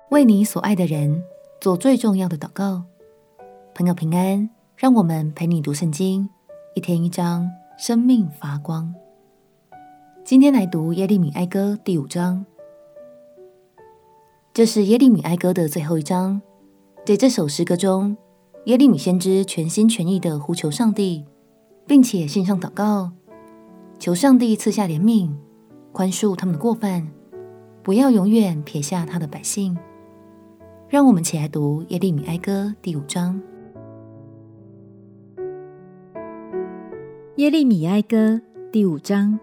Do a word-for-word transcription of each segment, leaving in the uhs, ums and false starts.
为你所爱的人做最重要的祷告。朋友平安，让我们陪你读圣经，一天一章，生命发光。今天来读耶利米哀歌第五章。这是耶利米哀歌的最后一章。在这首诗歌中，耶利米先知全心全意地呼求上帝，并且献上祷告，求上帝赐下怜悯，宽恕他们的过犯，不要永远撇下他的百姓。让我们起来读耶利米哀歌第五章。 耶利米哀歌第五章。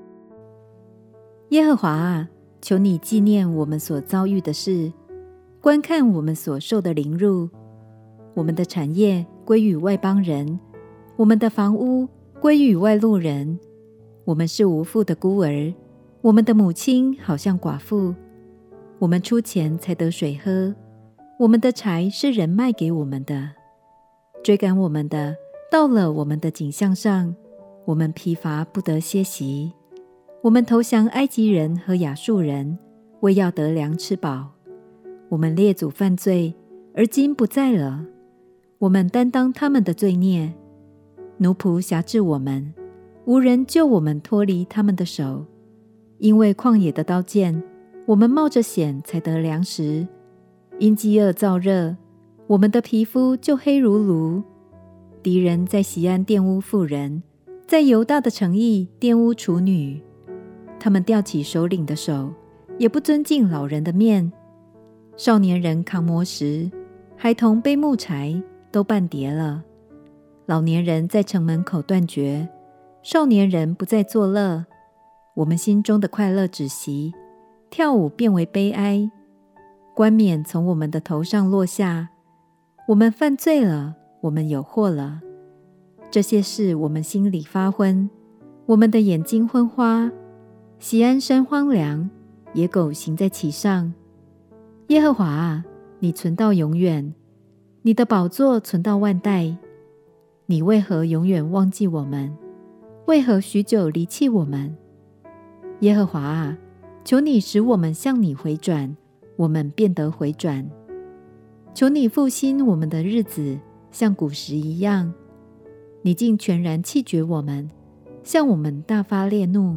耶和华啊，求你纪念我们所遭遇的事，观看我们所受的凌辱。我们的产业归于外邦人，我们的房屋归于外路人。我们是无父的孤儿，我们的母亲好像寡妇。我们出钱才得水喝，我们的柴是人卖给我们的。追赶我们的到了我们的颈项上，我们疲乏不得歇息。我们投降埃及人和亚述人，为要得粮吃饱。我们列祖犯罪，而今不在了。我们担当他们的罪孽，奴仆辖制我们，无人救我们脱离他们的手。因为旷野的刀剑，我们冒着险才得粮食。因饥饿燥热，我们的皮肤就黑如炉。敌人在锡安玷污妇人，在犹大的城邑玷污处女。他们吊起首领的手，也不尊敬老人的面。少年人扛磨石，孩童背木柴，都半跌了。老年人在城门口断绝，少年人不再作乐。我们心中的快乐止息，跳舞变为悲哀。冠冕从我们的头上落下，我们犯罪了，我们有祸了。这些事我们心里发昏，我们的眼睛昏花。锡安山荒凉，野狗行在其上。耶和华啊，你存到永远，你的宝座存到万代。你为何永远忘记我们？为何许久离弃我们？耶和华啊，求你使我们向你回转，我们便得回转。求你复兴我们的日子，像古时一样。你竟全然弃绝我们，向我们大发烈怒。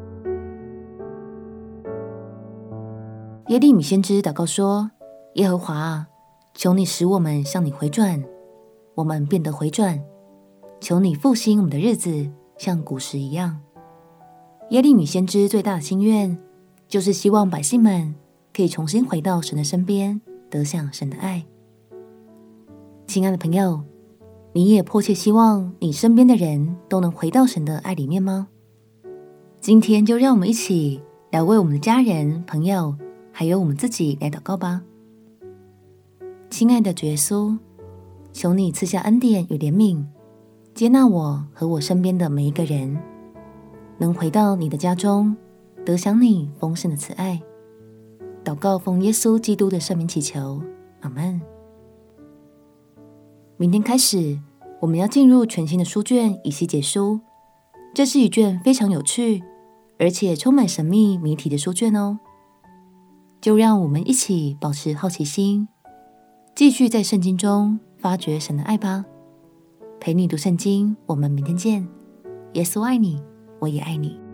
耶利米先知祷告说：耶和华啊，求你使我们向你回转，我们便得回转。求你复兴我们的日子，像古时一样。耶利米先知最大的心愿，就是希望百姓们可以重新回到神的身边，得享神的爱。亲爱的朋友，你也迫切希望你身边的人都能回到神的爱里面吗？今天就让我们一起来为我们的家人、朋友还有我们自己来祷告吧。亲爱的主耶稣，求你赐下恩典与怜悯，接纳我和我身边的每一个人，能回到你的家中，得享你丰盛的慈爱。祷告奉耶稣基督的圣名祈求，阿们。明天开始，我们要进入全新的书卷以西结书。这是一卷非常有趣，而且充满神秘谜题的书卷哦。就让我们一起保持好奇心，继续在圣经中发掘神的爱吧。陪你读圣经，我们明天见。耶稣爱你，我也爱你。